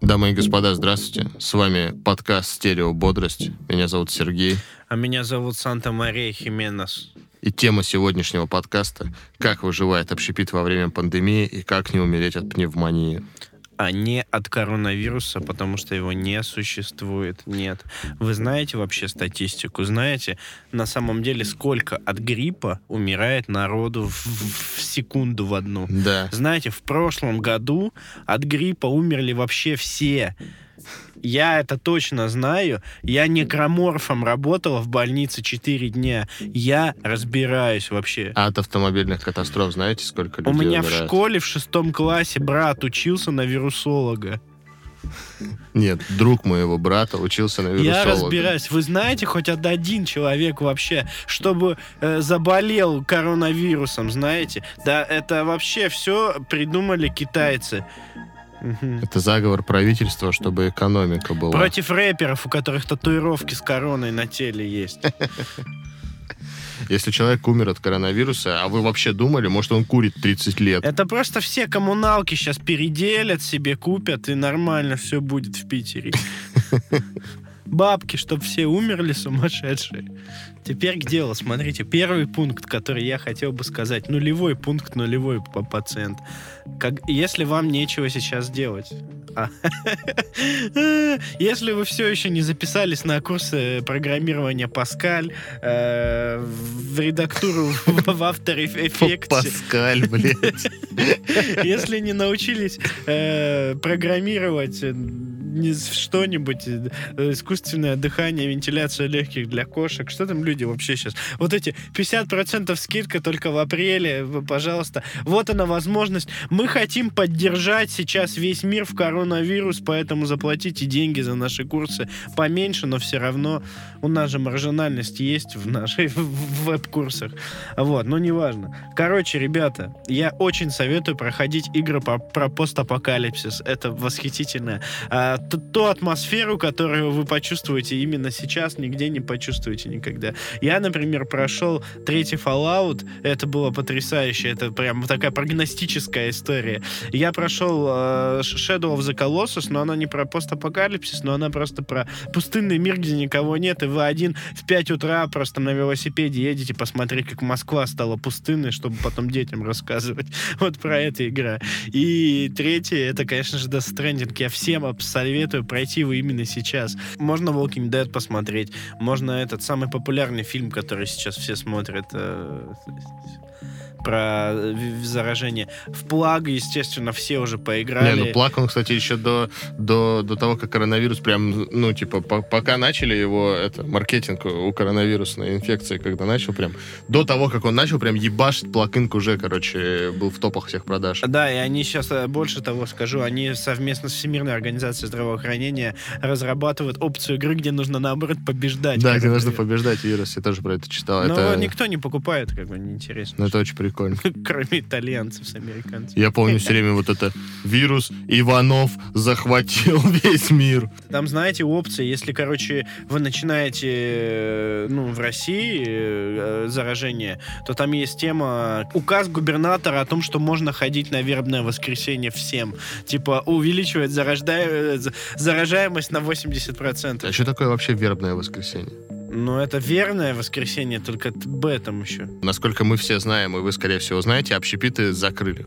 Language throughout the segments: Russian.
Дамы и господа, здравствуйте. С вами подкаст «Стерео Бодрость». Меня зовут Сергей. А меня зовут Санта-Мария Хименес. И тема сегодняшнего подкаста — как выживает общепит во время пандемии и как не умереть от пневмонии. А не от коронавируса, потому что его не существует. Нет. Вы знаете вообще статистику? Знаете, на самом деле, сколько от гриппа умирает народу в секунду в одну? Да. Знаете, в прошлом году от гриппа умерли вообще все. Я это точно знаю. Я некроморфом работала в больнице 4 дня. Я разбираюсь вообще. А от автомобильных катастроф знаете, сколько людей У меня умирает? в школе в 6 классе брат учился на вирусолога. Нет, друг моего брата учился на вирусолога. Я разбираюсь. Вы знаете хоть один человек вообще, чтобы заболел коронавирусом, знаете? Да, это вообще все придумали китайцы. Это заговор правительства, чтобы экономика была. Против рэперов, у которых татуировки с короной на теле есть. Если человек умер от коронавируса, а вы вообще думали, может, он курит 30 лет? Это просто все коммуналки сейчас переделят себе, купят, и нормально все будет в Питере. Бабки, чтобы все умерли сумасшедшие. Теперь к делу. Смотрите, первый пункт, который я хотел бы сказать. Нулевой пункт, нулевой пациент. Если вам нечего сейчас делать. Если вы все еще не записались на курсы программирования Паскаль, в редактуру в After Effects. Паскаль, блядь. Если не научились программировать что-нибудь, искусственное дыхание, вентиляция легких для кошек. Что там люди вообще сейчас? Вот эти 50% скидка только в апреле, пожалуйста. Вот она возможность. Мы хотим поддержать сейчас весь мир в коронавирус, поэтому заплатите деньги за наши курсы поменьше, но все равно у нас же маржинальность есть в наших веб-курсах. Вот, но неважно. Короче, ребята, я очень советую проходить игры про постапокалипсис. Это восхитительно. Ту атмосферу, которую вы почувствуете именно сейчас, нигде не почувствуете никогда. Я, например, прошел 3-й Fallout. Это было потрясающе. Это прям такая прогностическая история. Я прошел Shadow of the Colossus, но она не про постапокалипсис, но она просто про пустынный мир, где никого нет, и вы один в 5 утра просто на велосипеде едете посмотреть, как Москва стала пустынной, чтобы потом детям рассказывать. Вот про это игра. И 3-й, это, конечно же, Death Stranding. Я всем советую пройти его именно сейчас. Можно Walking Dead посмотреть, можно этот самый популярный фильм, который сейчас все смотрят, про заражение. В Плаг, естественно, все уже поиграли. Не, Плаг, он, кстати, еще до того, как коронавирус прям, пока начали его, маркетинг у коронавирусной инфекции, когда начал прям, до того, как он начал прям ебашить, Плаг-инк уже, был в топах всех продаж. Да, и они сейчас, больше того скажу, они совместно с Всемирной организацией здравоохранения разрабатывают опцию игры, где нужно, наоборот, побеждать. Да, где нужно побеждать вирус. Я тоже про это читал. Но никто не покупает, неинтересно. Ну, это очень прикольно. Кроме итальянцев с американцев. Я помню все время вот это вирус Иванов захватил весь мир. Там, знаете, опции, если, вы начинаете, в России заражение, то там есть тема, указ губернатора о том, что можно ходить на вербное воскресенье всем. Типа, увеличивает заражаемость на 80%. А что такое вообще вербное воскресенье? Ну, это верное воскресенье, только об этом еще. Насколько мы все знаем, и вы, скорее всего, знаете, общепиты закрыли.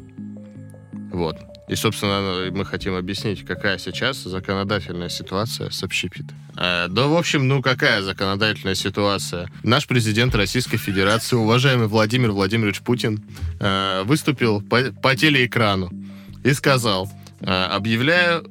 Вот. И, собственно, мы хотим объяснить, какая сейчас законодательная ситуация с общепитом. В общем, какая законодательная ситуация? Наш президент Российской Федерации, уважаемый Владимир Владимирович Путин, выступил по телеэкрану и сказал: объявляю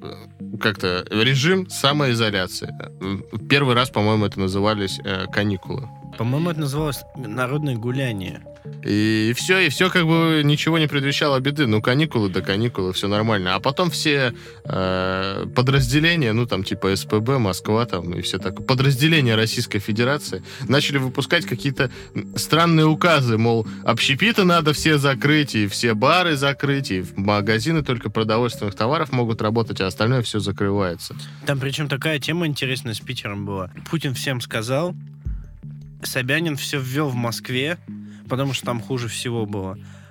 режим самоизоляции. Первый раз, по-моему, это назывались каникулы. По-моему, это называлось народное гуляние. И все ничего не предвещало беды. Каникулы, все нормально. А потом все подразделения, типа СПБ, Москва, и все так, подразделения Российской Федерации начали выпускать какие-то странные указы, мол, общепиты надо все закрыть, и все бары закрыть, и магазины только продовольственных товаров могут работать, а остальное все закрывается. Там причем такая тема интересная с Питером была. Путин всем сказал, Собянин все ввел в Москве, потому что там хуже всего было.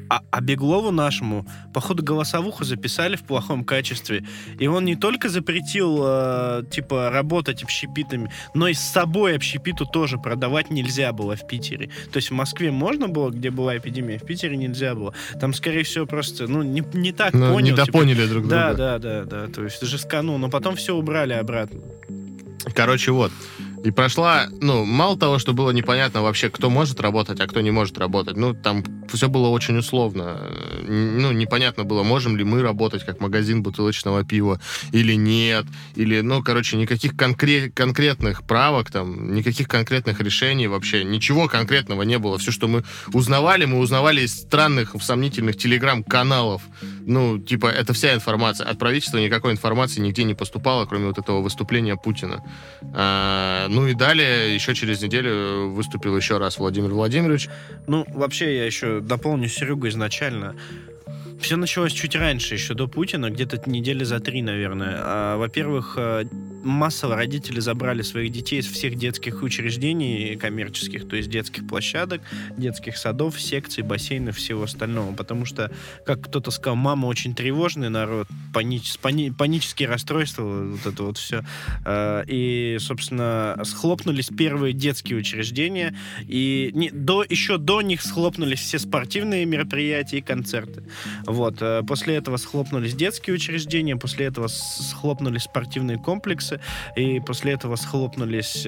А Беглову нашему, походу, голосовуху записали в плохом качестве. И он не только запретил, работать общепитами, но и с собой общепиту тоже продавать нельзя было в Питере. То есть в Москве можно было, где была эпидемия, в Питере нельзя было. Там, скорее всего, просто, не так понял. Недопоняли друг друга. Да. То есть жестканул, но потом все убрали обратно. Короче, вот. И прошла, мало того, что было непонятно вообще, кто может работать, а кто не может работать. Там все было очень условно. Непонятно было, можем ли мы работать как магазин бутылочного пива или нет. Или, никаких конкретных правок, никаких конкретных решений вообще. Ничего конкретного не было. Все, что мы узнавали из странных, сомнительных телеграм-каналов. Это вся информация. От правительства никакой информации нигде не поступало, кроме вот этого выступления Путина. И далее, еще через неделю выступил еще раз Владимир Владимирович. Вообще, я еще дополню Серегу изначально. Все началось чуть раньше, еще до Путина, где-то недели за 3, наверное. Во-первых, массово родители забрали своих детей из всех детских учреждений коммерческих, то есть детских площадок, детских садов, секций, бассейнов, всего остального. Потому что, как кто-то сказал, мама очень тревожный народ, панические расстройства, вот это вот все. И, собственно, схлопнулись первые детские учреждения, и еще до них схлопнулись все спортивные мероприятия и концерты. После этого схлопнулись детские учреждения, после этого схлопнулись спортивные комплексы, и после этого схлопнулись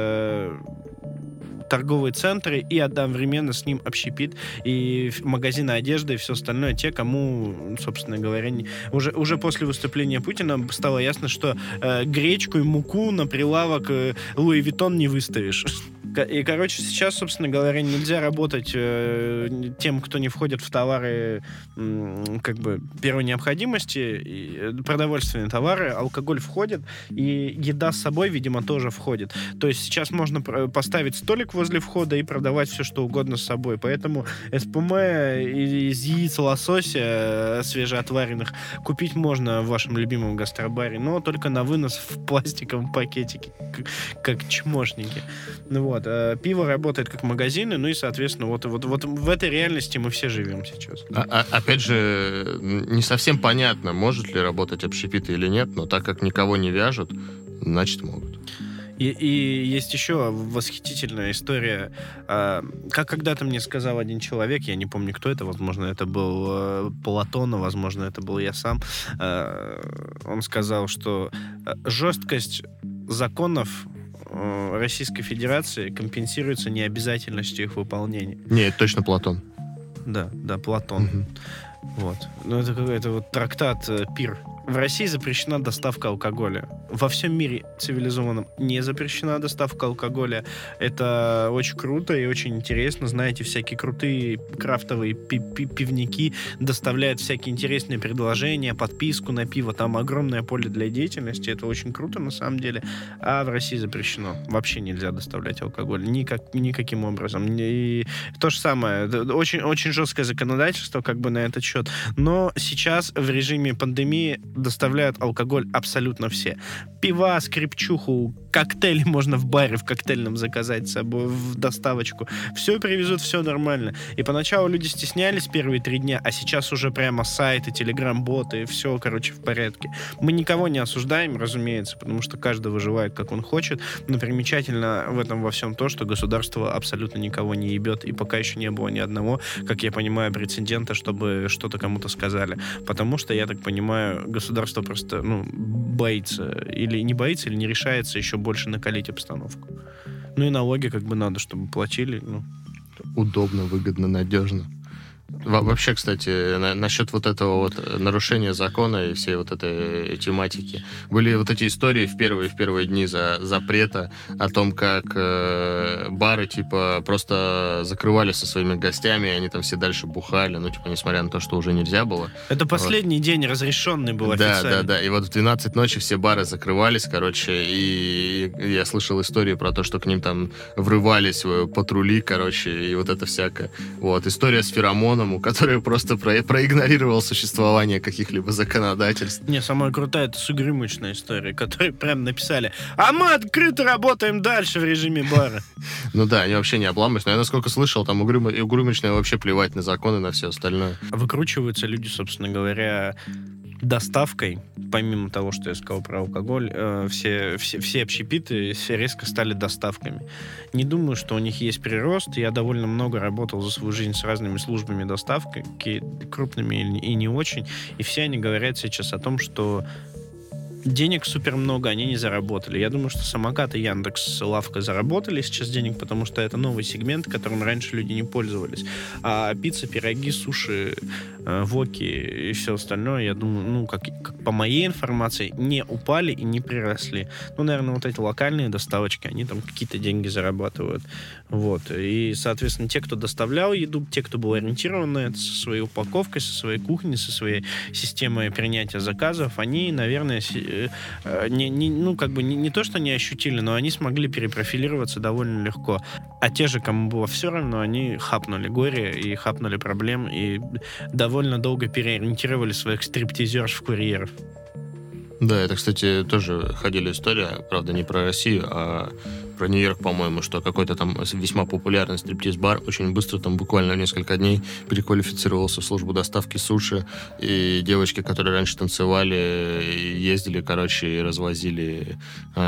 торговые центры, и одновременно с ним общепит, и магазины одежды, и все остальное, те, кому, собственно говоря, уже после выступления Путина стало ясно, что гречку и муку на прилавок Луи Виттон не выставишь. И, сейчас, собственно говоря, нельзя работать тем, кто не входит в товары первой необходимости, продовольственные товары, алкоголь входит, и еда с собой, видимо, тоже входит. То есть сейчас можно поставить столик возле входа и продавать все, что угодно с собой. Поэтому СПМ из яиц лосося свежеотваренных купить можно в вашем любимом гастробаре, но только на вынос в пластиковом пакетике, как чмошники. Пиво работает как магазины, и, соответственно, вот в этой реальности мы все живем сейчас. Опять же, не совсем понятно, может ли работать общепиты или нет, но так как никого не вяжут, значит, могут. И есть еще восхитительная история. Как когда-то мне сказал один человек, я не помню, кто это, возможно, это был Платон, возможно, это был я сам. Он сказал, что жесткость законов Российской Федерации компенсируется необязательностью их выполнения. Нет, точно Платон. Да, Платон. Это какой-то трактат «Пир». В России запрещена доставка алкоголя. Во всем мире цивилизованном не запрещена доставка алкоголя. Это очень круто и очень интересно. Знаете, всякие крутые крафтовые пивники доставляют всякие интересные предложения, подписку на пиво. Там огромное поле для деятельности. Это очень круто на самом деле. А в России запрещено. Вообще нельзя доставлять алкоголь. Никаким образом. И то же самое. Очень, очень жесткое законодательство на этот счет. Но сейчас в режиме пандемии доставляют алкоголь абсолютно все. Пива, скрипчуху, коктейли можно в баре в коктейльном заказать с собой в доставочку. Все привезут, все нормально. И поначалу люди стеснялись первые 3 дня, а сейчас уже прямо сайты, телеграм-боты, все, в порядке. Мы никого не осуждаем, разумеется, потому что каждый выживает, как он хочет, но примечательно в этом во всем то, что государство абсолютно никого не ебет, и пока еще не было ни одного, как я понимаю, прецедента, чтобы что-то кому-то сказали. Потому что, я так понимаю, государство просто, боится, или не боится, или не решается еще больше накалить обстановку. И налоги надо, чтобы платили. Удобно, выгодно, надежно. Вообще, кстати, насчет этого нарушения закона и всей этой тематики. Были эти истории в первые дни запрета о том, как бары, просто закрывали со своими гостями, и они там все дальше бухали, несмотря на то, что уже нельзя было. Это последний день разрешенный был официально. Да. И в 12 ночи все бары закрывались, и я слышал историю про то, что к ним там врывались патрули, и это всякое. История с феромоном Белому, который просто проигнорировал существование каких-либо законодательств. Не, самое крутое — это сугрымочная история, которые прям написали: а мы открыто работаем дальше в режиме бара. Ну да, они вообще не обламываются. Но я, насколько слышал, там угрюмочная вообще плевать на законы, на все остальное. Выкручиваются люди, собственно говоря, доставкой. Помимо того, что я сказал про алкоголь, все общепиты все резко стали доставками. Не думаю, что у них есть прирост. Я довольно много работал за свою жизнь с разными службами доставки, крупными и не очень. И все они говорят сейчас о том, что денег супер много они не заработали. Я думаю, что самокат и Яндекс Лавка заработали сейчас денег, потому что это новый сегмент, которым раньше люди не пользовались. А пицца, пироги, суши, воки и все остальное, я думаю, ну, как по моей информации, не упали и не приросли. Ну, наверное, вот эти локальные доставочки, они там какие-то деньги зарабатывают. Вот. И, соответственно, те, кто доставлял еду, те, кто был ориентирован на это, со своей упаковкой, со своей кухней, со своей системой принятия заказов, они, наверное, не то, что не ощутили, но они смогли перепрофилироваться довольно легко. А те же, кому было все равно, они хапнули горе и хапнули проблем, и довольно долго переориентировали своих стриптизеров-курьеров. Да, это, кстати, тоже ходили история, правда, не про Россию, а про Нью-Йорк, по-моему, что какой-то там весьма популярный стриптиз-бар очень быстро, там буквально в несколько дней переквалифицировался в службу доставки суши, и девочки, которые раньше танцевали, ездили, короче, и развозили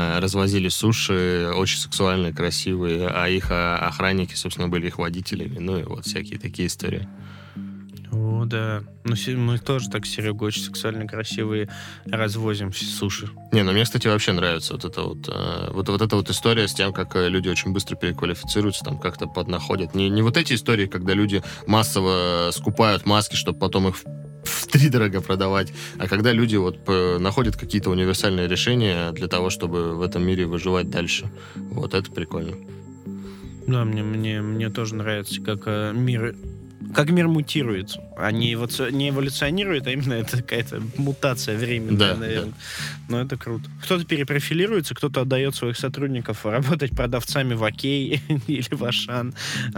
суши, очень сексуальные, красивые, а их охранники, собственно, были их водителями, ну и вот всякие такие истории. О, да. Ну, мы тоже так, Серега, очень сексуально красивые развозим суши. Не, ну мне, кстати, вообще нравится вот эта вот история с тем, как люди очень быстро переквалифицируются, там как-то поднаходят. Не вот эти истории, когда люди массово скупают маски, чтобы потом их втридорого продавать, а когда люди вот находят какие-то универсальные решения для того, чтобы в этом мире выживать дальше. Вот это прикольно. Да, мне тоже нравится, как мир мутирует, а не эволюционирует, а именно это какая-то мутация временная, наверное. Да. Но это круто. Кто-то перепрофилируется, кто-то отдает своих сотрудников работать продавцами в Окей или в Ашан.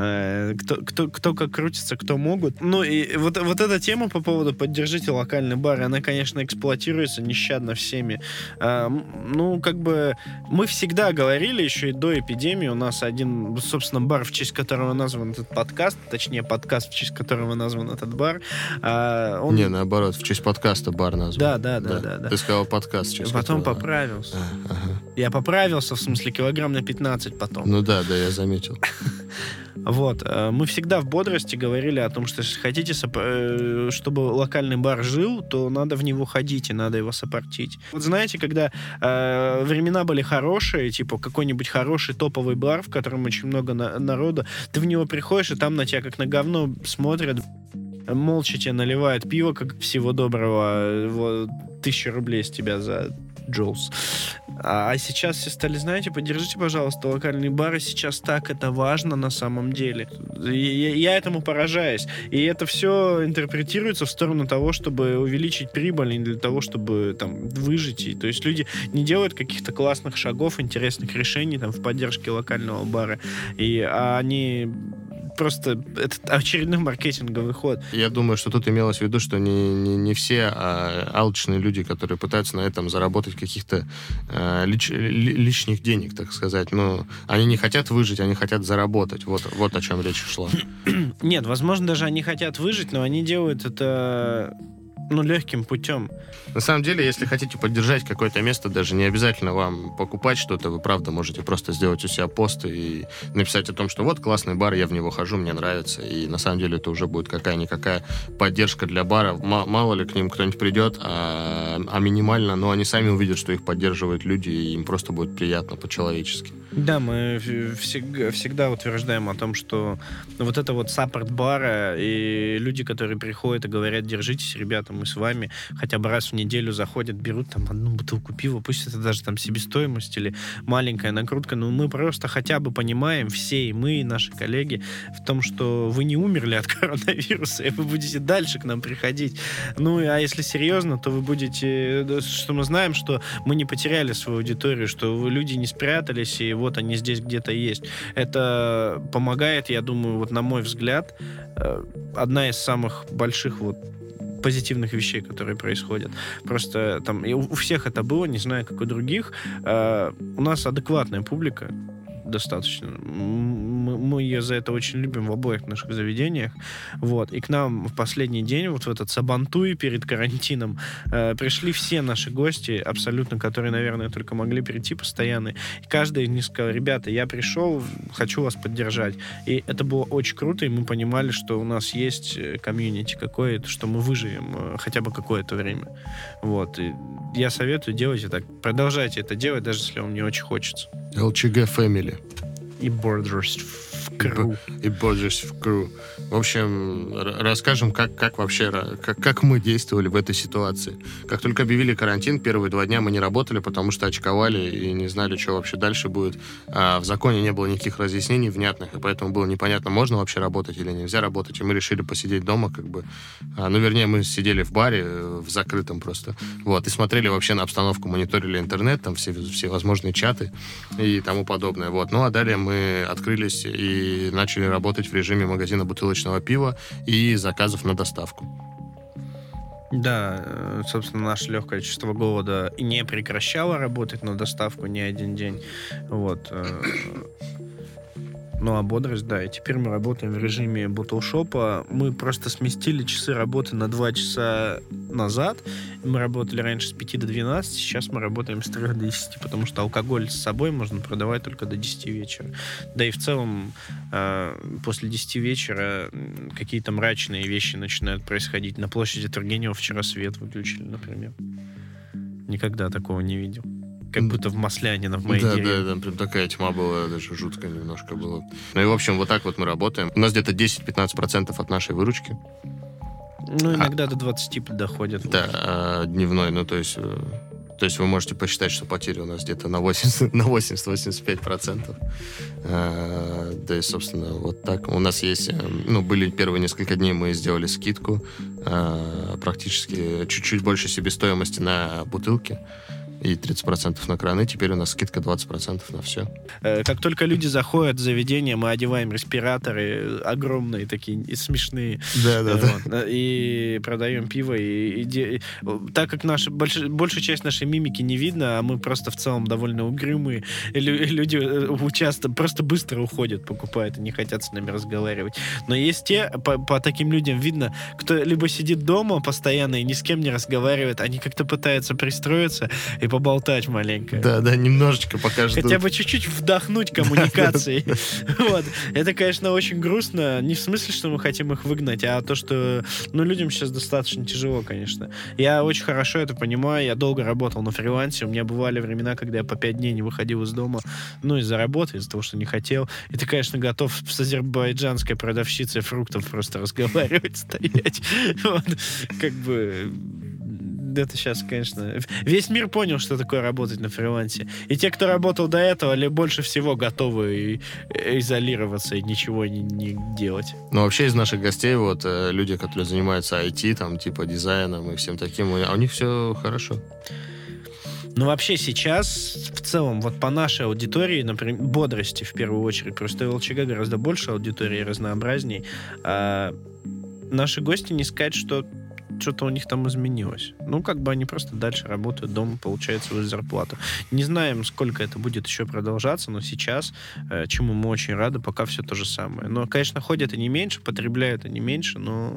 Кто как крутится, кто могут. Ну и вот эта тема по поводу «поддержите локальный бар», она, конечно, эксплуатируется нещадно всеми. Ну, как бы мы всегда говорили, еще и до эпидемии, у нас один, собственно, бар, в честь которого назван этот подкаст, точнее, подкаст, в честь которого назван этот бар. Не, наоборот, в честь подкаста бар назван. Да. Ты сказал подкаст. Потом поправился. Я поправился, в смысле, килограмм на 15 потом. Ну да, я заметил. Вот. Мы всегда в бодрости говорили о том, что если хотите, чтобы локальный бар жил, то надо в него ходить и надо его сопортить. Вот знаете, когда времена были хорошие, типа какой-нибудь хороший топовый бар, в котором очень много народу, ты в него приходишь, и там на тебя как на говно смотрят, молча тебе наливают пиво, как всего доброго, 1000 рублей с тебя за Джоулс. А сейчас все стали, знаете, поддержите, пожалуйста, локальные бары. Сейчас так это важно на самом деле. Я этому поражаюсь. И это все интерпретируется в сторону того, чтобы увеличить прибыль, и для того, чтобы там выжить. И, то есть люди не делают каких-то классных шагов, интересных решений там в поддержке локального бара. А они просто это очередной маркетинговый ход. Я думаю, что тут имелось в виду, что не все алчные люди, которые пытаются на этом заработать каких-то лишних денег, так сказать. Но они не хотят выжить, они хотят заработать. Вот о чем речь шла. Нет, возможно, даже они хотят выжить, но они делают это легким путем. На самом деле, если хотите поддержать какое-то место, даже не обязательно вам покупать что-то, вы, правда, можете просто сделать у себя пост и написать о том, что вот классный бар, я в него хожу, мне нравится. И на самом деле это уже будет какая-никакая поддержка для бара. Мало ли к ним кто-нибудь придет, а минимально, но они сами увидят, что их поддерживают люди, и им просто будет приятно по-человечески. Да, мы всегда утверждаем о том, что вот это вот саппорт бара и люди, которые приходят и говорят: держитесь, ребята, мы с вами хотя бы раз в неделю заходят, берут там одну бутылку пива, пусть это даже там себестоимость или маленькая накрутка, но мы просто хотя бы понимаем все, и мы, и наши коллеги, в том, что вы не умерли от коронавируса, и вы будете дальше к нам приходить. Ну, а если серьезно, то вы будете... Что мы знаем, что мы не потеряли свою аудиторию, что люди не спрятались, и вот они здесь где-то есть. Это помогает, я думаю, вот на мой взгляд, одна из самых больших вот позитивных вещей, которые происходят. Просто там у всех это было, не знаю, как у других. У нас адекватная публика достаточно. Мы ее за это очень любим в обоих наших заведениях. Вот. И к нам в последний день, вот в этот Сабантуй перед карантином, пришли все наши гости, абсолютно, которые, наверное, только могли прийти постоянно. И каждый из них сказал: ребята, я пришел, хочу вас поддержать. И это было очень круто, и мы понимали, что у нас есть комьюнити какое-то, что мы выживем хотя бы какое-то время. Вот. И я советую, делайте так. Продолжайте это делать, даже если вам не очень хочется. LCG Family. И Borders в Crew. И Borders в Crew. В общем, расскажем, как вообще, как мы действовали в этой ситуации. Как только объявили карантин, первые 2 дня мы не работали, потому что очковали и не знали, что вообще дальше будет. А в законе не было никаких разъяснений внятных, и поэтому было непонятно, можно вообще работать или нельзя работать. И мы решили посидеть дома, как бы. Ну, вернее, мы сидели в баре, в закрытом просто. Вот, и смотрели вообще на обстановку, мониторили интернет, там все возможные чаты и тому подобное. Вот. Ну, а далее мы открылись и начали работать в режиме магазина бутылочного пива и заказов на доставку. Да, собственно, наше легкое чувство голода и не прекращало работать на доставку ни один день. Вот. Ну, а бодрость, да, и теперь мы работаем в режиме ботлшопа. Мы просто сместили часы работы на 2 часа назад. Мы работали раньше с 5 до 12, сейчас мы работаем с 3 до 10, потому что алкоголь с собой можно продавать только до 10 вечера. Да и в целом после 10 вечера какие-то мрачные вещи начинают происходить. На площади Тургенева вчера свет выключили, например. Никогда такого не видел. Как будто в Маслянино, в моей деревне. Да, прям такая тьма была, даже жутко немножко было. Ну и, в общем, вот так вот мы работаем. У нас где-то 10-15% от нашей выручки. Ну, иногда до 20 доходят. Да, дневной, ну, то есть вы можете посчитать, что потери у нас где-то на 80-85%. Да и, собственно, вот так. У нас есть... Ну, были первые несколько дней, мы сделали скидку. Практически чуть-чуть больше себестоимости на бутылки. И 30% на краны. Теперь у нас скидка 20% на все. Как только люди заходят в заведение, мы одеваем респираторы огромные такие и смешные. Да. И продаем пиво. Так как большая часть нашей мимики не видно, а мы просто в целом довольно угрюмые, люди часто просто быстро уходят, покупают и не хотят с нами разговаривать. Но есть те, по таким людям видно, кто либо сидит дома постоянно и ни с кем не разговаривает, они как-то пытаются пристроиться и поболтать маленько. Да, немножечко пока ждут. Хотя бы чуть-чуть вдохнуть коммуникации. Вот. Это, конечно, очень грустно. Не в смысле, что мы хотим их выгнать, а то, что людям сейчас достаточно тяжело, конечно. Я очень хорошо это понимаю. Я долго работал на фрилансе. У меня бывали времена, когда я по 5 дней не выходил из дома, из-за работы, из-за того, что не хотел. И ты, конечно, готов с азербайджанской продавщицей фруктов просто разговаривать, стоять. Вот. Как бы... Это сейчас, конечно... Весь мир понял, что такое работать на фрилансе. И те, кто работал до этого, больше всего готовы изолироваться и ничего не делать. Ну, вообще из наших гостей, вот, люди, которые занимаются IT, там, типа дизайном и всем таким, а у них все хорошо. Ну, вообще сейчас, в целом, вот по нашей аудитории, например, бодрости в первую очередь, просто в ЛЧГ гораздо больше аудитории, разнообразней, а наши гости не сказать, что что-то у них там изменилось. Как бы они просто дальше работают дома, получают свою зарплату. Не знаем, сколько это будет еще продолжаться, но сейчас, чему мы очень рады, пока все то же самое. Но, конечно, ходят они меньше, потребляют они меньше, но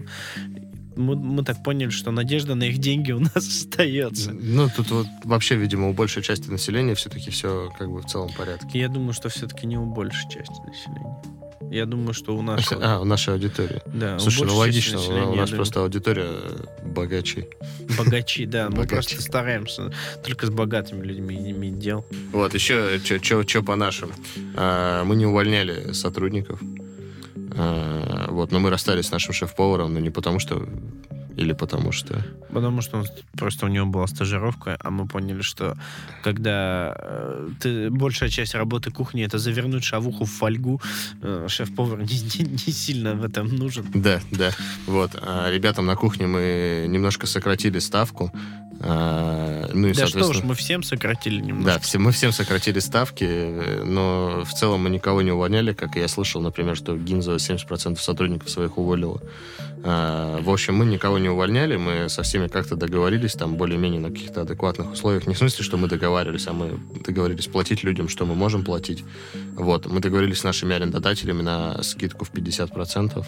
мы так поняли, что надежда на их деньги у нас остается. Тут вот вообще, видимо, у большей части населения все-таки все как бы в целом в порядке. Я думаю, что все-таки не у большей части населения. Я думаю, что у нашей... у нашей аудитории. Да, слушай, логично, у нас просто аудитория богачей. Богачи, да. Мы просто стараемся только с богатыми людьми иметь дел. Вот, еще, что по нашим. Мы не увольняли сотрудников. Вот, но мы расстались с нашим шеф-поваром, но не потому, что Или потому что... Потому что просто у него была стажировка, а мы поняли, что когда большая часть работы кухни — это завернуть шавуху в фольгу, шеф-повар не сильно в этом нужен. Да. Вот. А ребятам на кухне мы немножко сократили ставку. Ну и, да что уж, мы всем сократили немножко. Да, мы всем сократили ставки, но в целом мы никого не увольняли, как я слышал, например, что Гинза 70% сотрудников своих уволила. В общем, мы никого не увольняли, мы со всеми как-то договорились, там, более-менее на каких-то адекватных условиях. Не в смысле, что мы договаривались, а мы договорились платить людям, что мы можем платить. Вот. Мы договорились с нашими арендодателями на скидку в 50%.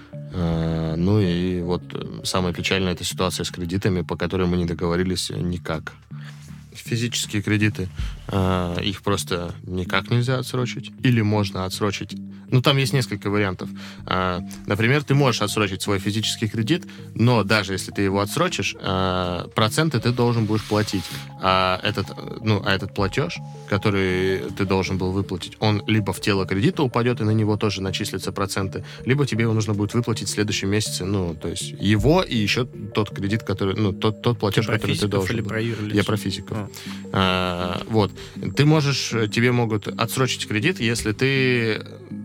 Ну и вот самая печальная эта ситуация с кредитами, по которой мы не договорились никак. Физические кредиты, их просто никак нельзя отсрочить. Или можно отсрочить. Ну, там есть несколько вариантов. Например, ты можешь отсрочить свой физический кредит, но даже если ты его отсрочишь, проценты ты должен будешь платить. А этот платеж, который ты должен был выплатить, он либо в тело кредита упадет, и на него тоже начислятся проценты, либо тебе его нужно будет выплатить в следующем месяце. Ну, то есть его и еще тот кредит, который... Ну, тот платеж, который ты должен был. Я про физиков. Вот. Тебе могут отсрочить кредит, если ты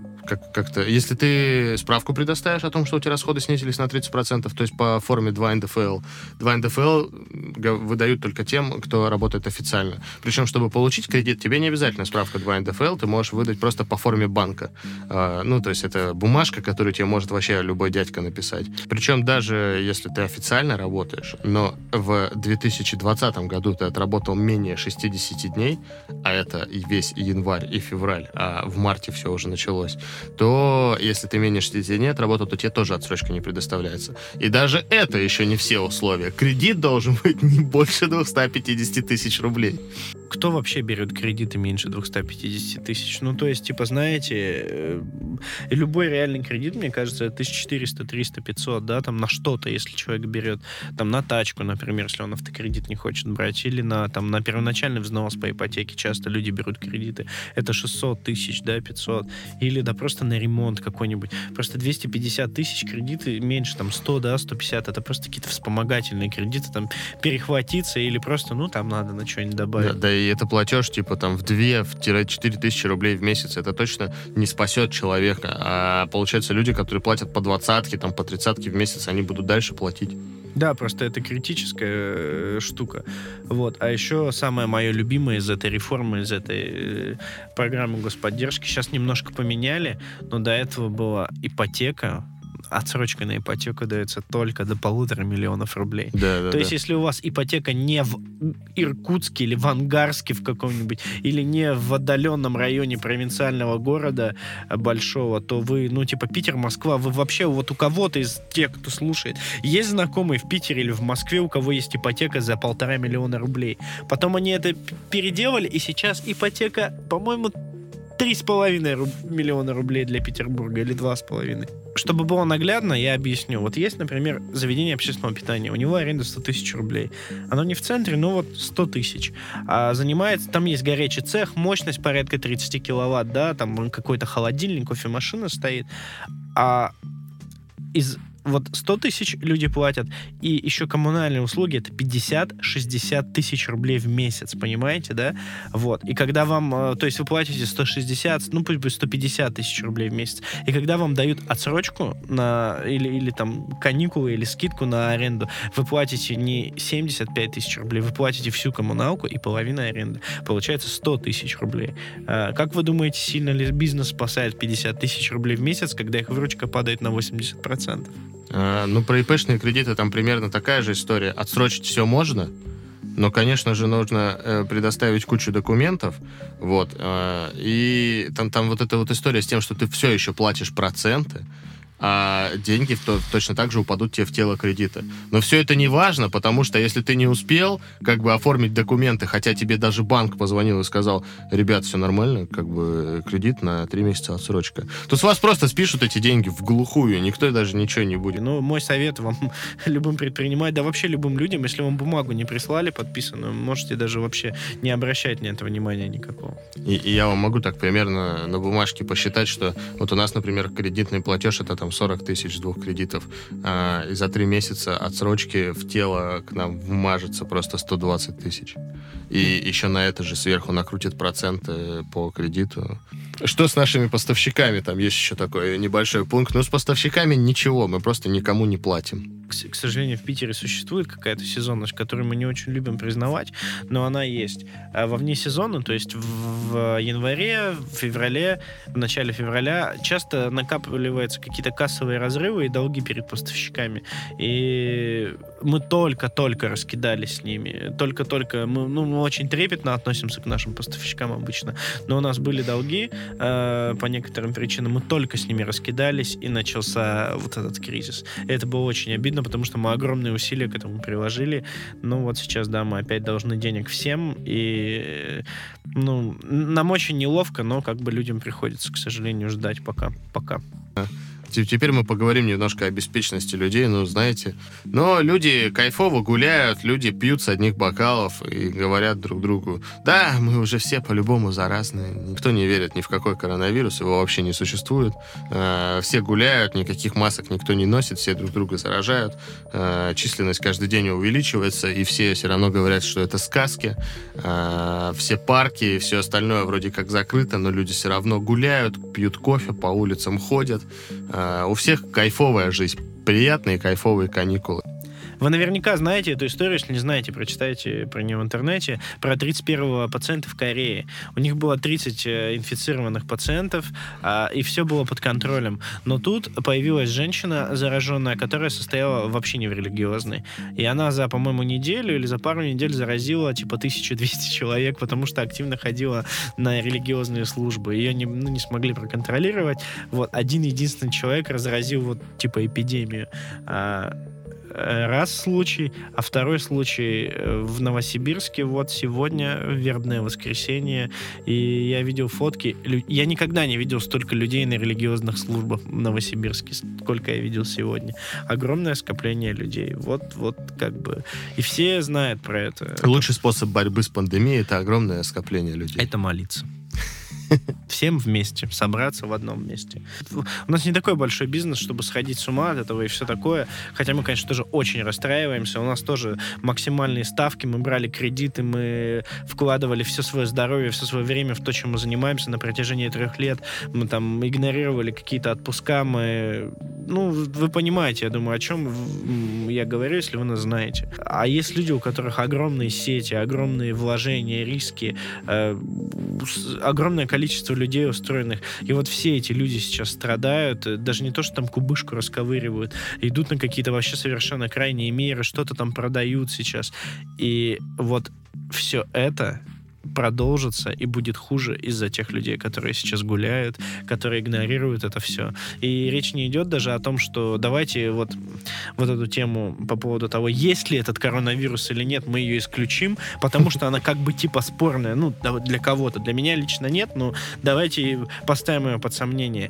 если ты справку предоставишь о том, что у тебя расходы снизились на 30%, то есть по форме 2 НДФЛ. 2 НДФЛ выдают только тем, кто работает официально. Причем, чтобы получить кредит, тебе не обязательно справка 2 НДФЛ, ты можешь выдать просто по форме банка. Ну, то есть это бумажка, которую тебе может вообще любой дядька написать. Причем даже если ты официально работаешь, но в 2020 году ты отработал менее 60 дней, а это и весь январь, и февраль, а в марте все уже началось, то если ты менее 60 дней отработал, то тебе тоже отсрочка не предоставляется. И даже это еще не все условия. Кредит должен быть не больше 250 тысяч рублей. Кто вообще берет кредиты меньше 250 тысяч? Ну, то есть, типа, знаете, любой реальный кредит, мне кажется, 1400, 300, 500, да, там на что-то, если человек берет, там на тачку, например, если он автокредит не хочет брать, или на первоначальный взнос по ипотеке, часто люди берут кредиты, это 600 тысяч, да, 500, или, да, просто на ремонт какой-нибудь. Просто 250 тысяч кредиты меньше, там, 100, да, 150, это просто какие-то вспомогательные кредиты, там, перехватиться, или просто, ну, там надо на что-нибудь добавить. Да, и это платеж, типа, там, в 2-4 тысячи рублей в месяц. Это точно не спасет человека. А получается, люди, которые платят по 20-ке, там, по 30-ке в месяц, они будут дальше платить. Да, просто это критическая штука. Вот. А еще самое мое любимое из этой реформы, из этой программы господдержки, сейчас немножко поменяли, но до этого была ипотека. Отсрочка на ипотеку дается только до 1,5 миллиона рублей. То есть, если у вас ипотека не в Иркутске или в Ангарске в каком-нибудь, или не в отдаленном районе провинциального города большого, то вы, ну, типа, Питер, Москва, вы вообще, вот у кого-то из тех, кто слушает, есть знакомые в Питере или в Москве, у кого есть ипотека за 1,5 миллиона рублей. Потом они это переделали, и сейчас ипотека, по-моему, 3,5 миллиона рублей для Петербурга или 2,5. Чтобы было наглядно, я объясню. Вот есть, например, заведение общественного питания. У него аренда 100 тысяч рублей. Оно не в центре, но вот 100 тысяч. А занимается, там есть горячий цех, мощность порядка 30 киловатт, да, там какой-то холодильник, кофемашина стоит. А из вот 100 тысяч люди платят, и еще коммунальные услуги — это 50-60 тысяч рублей в месяц, понимаете, да? Вот. И когда вам, то есть вы платите 160, ну пусть будет 150 тысяч рублей в месяц, и когда вам дают отсрочку на, или там каникулы, или скидку на аренду, вы платите не 75 тысяч рублей, вы платите всю коммуналку и половину аренды. Получается 100 тысяч рублей. Как вы думаете, сильно ли бизнес спасает 50 тысяч рублей в месяц, когда их выручка падает на 80%? Ну, про ИПшные кредиты там примерно такая же история. Отсрочить все можно, но, конечно же, нужно предоставить кучу документов, вот, и там вот эта вот история с тем, что ты все еще платишь проценты, а деньги точно так же упадут тебе в тело кредита. Но все это не важно, потому что если ты не успел как бы оформить документы, хотя тебе даже банк позвонил и сказал: ребят, все нормально, как бы кредит на 3 месяца отсрочка, то с вас просто спишут эти деньги в глухую, никто даже ничего не будет. Ну, мой совет вам, любым предпринимателям, да вообще любым людям, если вам бумагу не прислали подписанную, можете даже вообще не обращать на это внимания никакого. И я вам могу так примерно на бумажке посчитать, что вот у нас, например, кредитный платеж — это там 40 тысяч 2 кредитов, и за 3 месяца отсрочки в тело к нам вмажется просто 120 тысяч. И еще на это же сверху накрутят проценты по кредиту. Что с нашими поставщиками? Там есть еще такой небольшой пункт. Ну, с поставщиками ничего, мы просто никому не платим. К сожалению, в Питере существует какая-то сезонность, которую мы не очень любим признавать, но она есть. А во вне сезона, то есть в январе, в феврале, в начале февраля часто накапливаются какие-то кассовые разрывы и долги перед поставщиками. И мы только-только раскидались с ними. Только-только. Мы очень трепетно относимся к нашим поставщикам обычно, но у нас были долги по некоторым причинам. Мы только с ними раскидались, и начался вот этот кризис. И это было очень обидно, потому что мы огромные усилия к этому приложили. Ну вот сейчас, да, мы опять должны денег всем, и нам очень неловко, но как бы людям приходится, к сожалению, ждать пока. Теперь мы поговорим немножко о беспечности людей, знаете. Но люди кайфово гуляют, люди пьют с одних бокалов и говорят друг другу: да, мы уже все по-любому заразны. Никто не верит ни в какой коронавирус, его вообще не существует. Все гуляют, никаких масок никто не носит, все друг друга заражают. Численность каждый день увеличивается, и все равно говорят, что это сказки. Все парки и все остальное вроде как закрыто, но люди все равно гуляют, пьют кофе, по улицам ходят. У всех кайфовая жизнь, приятные кайфовые каникулы. Вы наверняка знаете эту историю, если не знаете, прочитайте про нее в интернете, про 31-го пациента в Корее. У них было 30 инфицированных пациентов, и все было под контролем. Но тут появилась женщина зараженная, которая состояла вообще не в религиозной. И она за, по-моему, неделю или за пару недель заразила типа 1200 человек, потому что активно ходила на религиозные службы. Ее не смогли проконтролировать. Вот один-единственный человек разразил вот типа эпидемию. Раз случай, а второй случай в Новосибирске вот сегодня, вербное воскресенье, и я видел фотки. Я никогда не видел столько людей на религиозных службах в Новосибирске, сколько я видел сегодня. Огромное скопление людей. Вот как бы. И все знают про это. Лучший способ борьбы с пандемией — это огромное скопление людей. Это молиться. Всем вместе, собраться в одном месте. У нас не такой большой бизнес, чтобы сходить с ума от этого и все такое. Хотя мы, конечно, тоже очень расстраиваемся. У нас тоже максимальные ставки. Мы брали кредиты, мы вкладывали все свое здоровье, все свое время в то, чем мы занимаемся на протяжении 3 лет. Мы там игнорировали какие-то отпуска. Вы понимаете, я думаю, о чем я говорю, если вы нас знаете. А есть люди, у которых огромные сети, огромные вложения, риски, огромное количество людей устроенных. И вот все эти люди сейчас страдают. Даже не то, что там кубышку расковыривают. Идут на какие-то вообще совершенно крайние меры, что-то там продают сейчас. И вот все это продолжится и будет хуже из-за тех людей, которые сейчас гуляют, которые игнорируют это все. И речь не идет даже о том, что давайте вот эту тему по поводу того, есть ли этот коронавирус или нет, мы ее исключим, потому что она как бы типа спорная. Для кого-то. Для меня лично нет, но давайте поставим ее под сомнение.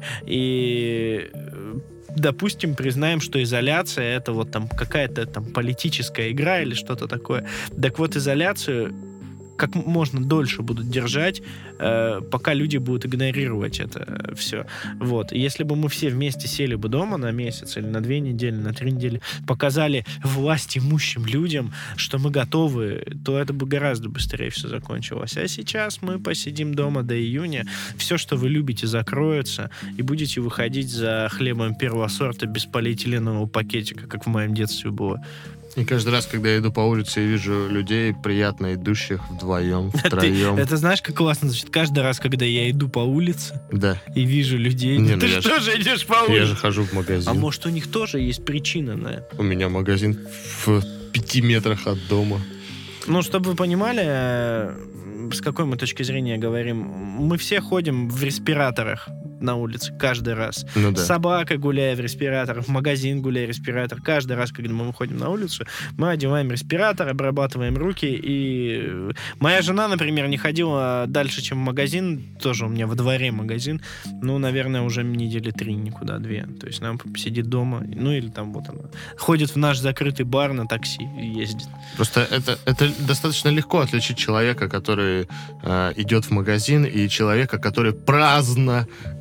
И допустим, признаем, что изоляция — это вот там какая-то там политическая игра или что-то такое. Так вот, изоляцию как можно дольше будут держать, пока люди будут игнорировать это все. Вот. И если бы мы все вместе сели бы дома на месяц или на 2 недели, на 3 недели, показали власть имущим людям, что мы готовы, то это бы гораздо быстрее все закончилось. А сейчас мы посидим дома до июня, все, что вы любите, закроется, и будете выходить за хлебом первого сорта без полиэтиленового пакетика, как в моем детстве было. И каждый раз, когда я иду по улице и вижу людей, приятно идущих вдвоем, втроем. Это знаешь, как классно звучит? Каждый раз, когда я иду по улице и вижу людей... Ты же тоже идешь по улице. Я же хожу в магазин. А может, у них тоже есть причина на это? У меня магазин в 5 метрах от дома. Чтобы вы понимали, с какой мы точки зрения говорим, мы все ходим в респираторах на улице каждый раз. Собака, гуляя в респираторах, в магазин, гуляя в респиратор. Каждый раз, когда мы выходим на улицу, мы одеваем респиратор, обрабатываем руки. И моя жена, например, не ходила дальше, чем в магазин. Тоже у меня во дворе магазин. Наверное, уже недели 3, никуда, 2. То есть она сидит дома. Или там вот она ходит в наш закрытый бар на такси и ездит. Просто это достаточно легко отличить человека, который идет в магазин, и человека, который праздно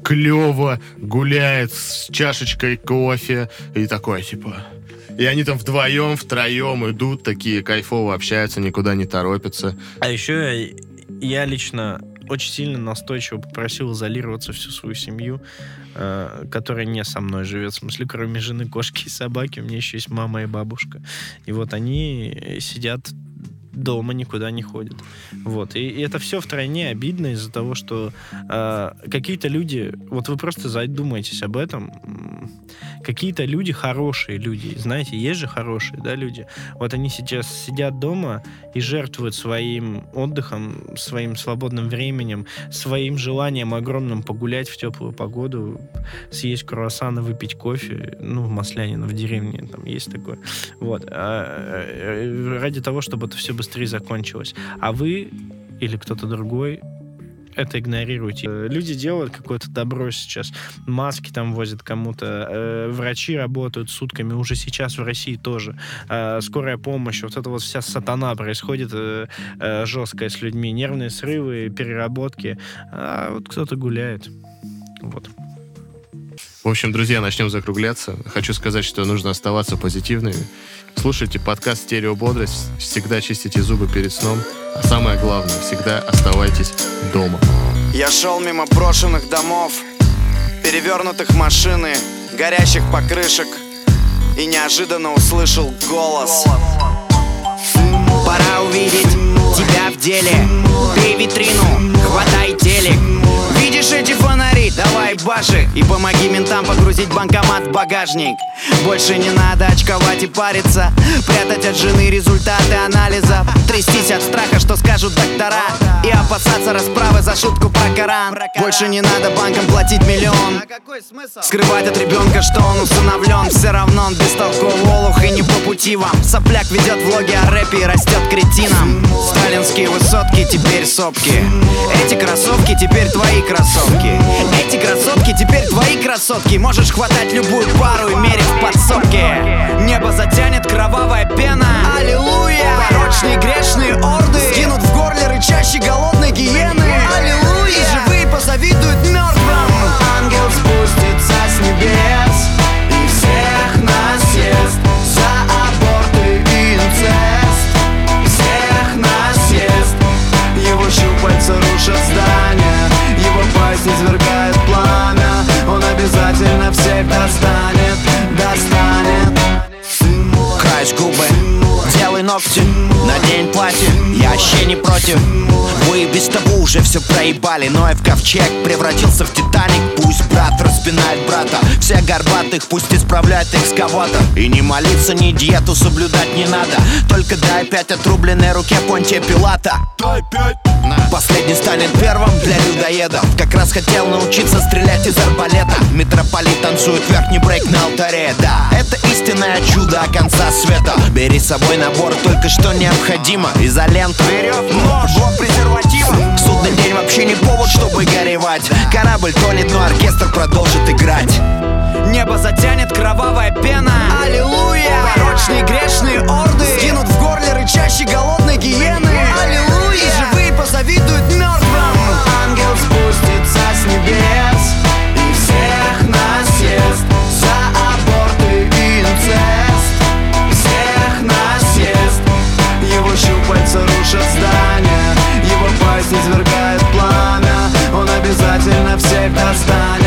клево гуляет с чашечкой кофе и такой, типа... И они там вдвоем, втроем идут, такие кайфово общаются, никуда не торопятся. А еще я лично очень сильно настойчиво попросил изолироваться всю свою семью, которая не со мной живет. В смысле, кроме жены, кошки и собаки, у меня еще есть мама и бабушка. И вот они сидят дома, никуда не ходят. Вот. И это все втройне обидно из-за того, что какие-то люди... Вот вы просто задумайтесь об этом. Какие-то люди, хорошие люди, знаете, есть же хорошие, да, люди. Вот они сейчас сидят дома и жертвуют своим отдыхом, своим свободным временем, своим желанием огромным погулять в теплую погоду, съесть круассаны, выпить кофе, ну, в Маслянино, в деревне, там есть такое. Вот. Ради того, чтобы это все быстрее закончилось. А вы или кто-то другой это игнорируйте. Люди делают какое-то добро сейчас. Маски там возят кому-то. Врачи работают сутками. Уже сейчас в России тоже. Скорая помощь. Вот это вот вся сатана происходит жесткая с людьми. Нервные срывы, переработки. А вот кто-то гуляет. Вот. В общем, друзья, начнем закругляться. Хочу сказать, что нужно оставаться позитивными. Слушайте подкаст «Стереободрость». Всегда чистите зубы перед сном. А самое главное, всегда оставайтесь дома. Я шел мимо брошенных домов, перевернутых машины, горящих покрышек, и неожиданно услышал голос. Пора увидеть тебя в деле. Бей витрину, хватай телек. Видишь эти фонари? Давай баши и помоги ментам погрузить банкомат в багажник. Больше не надо очковать и париться, прятать от жены результаты анализа, трястись от страха, что скажут доктора, и опасаться расправы за шутку про Коран. Больше не надо банкам платить миллион, скрывать от ребенка, что он усыновлен. Все равно он бестолковый олух и не по пути вам. Сопляк ведет влоги о рэпе и растет кретином. Сталинские высотки, теперь сопки. Эти кроссовки теперь твои кроссовки. Эти красотки теперь твои красотки. Можешь хватать любую пару и мерить в подсобке. Небо затянет кровавая пена. Аллилуйя! Порочные грешные орды скинут в горле рычащей голодной гиены. Аллилуйя! И живые позавидуют мертвым. Ангел спустится с небес и всех нас съест за аборты и инцест. Всех нас съест. Его щупальца рушат здания, его пасть извергает пламя. Он обязательно всех достанет, достанет. Краешь губы, делай ногти, надень платье, я вообще не против. Вы без того уже все проебали, но я в ковчег превратился в Титаник. Пусть брат распинает брата, все горбатых пусть исправляет экскаватор. И не молиться, ни диету соблюдать не надо, только дай 5 отрубленной руке Понтия Пилата. Дай 5. Последний станет первым для людоедов. Как раз хотел научиться стрелять из арбалета. Митрополит танцует верхний брейк на алтаре. Да, это истинное чудо конца света. Бери с собой набор, только что необходимо. Изолента, верев, нож, блок презерватива. Судный день вообще не повод, чтобы горевать. Корабль тонет, но оркестр продолжит играть. Небо затянет кровавая пена. Аллилуйя! Порочные грешные орды скинут в горле рычащей голодной гиены. Аллилуйя! И живые позавидуют мертвым. Ангел спустится с небес и всех нас съест за аборты и инцест. Всех нас съест. Его щупальца рушат здания, его пасть извергает пламя. Он обязательно всех достанет.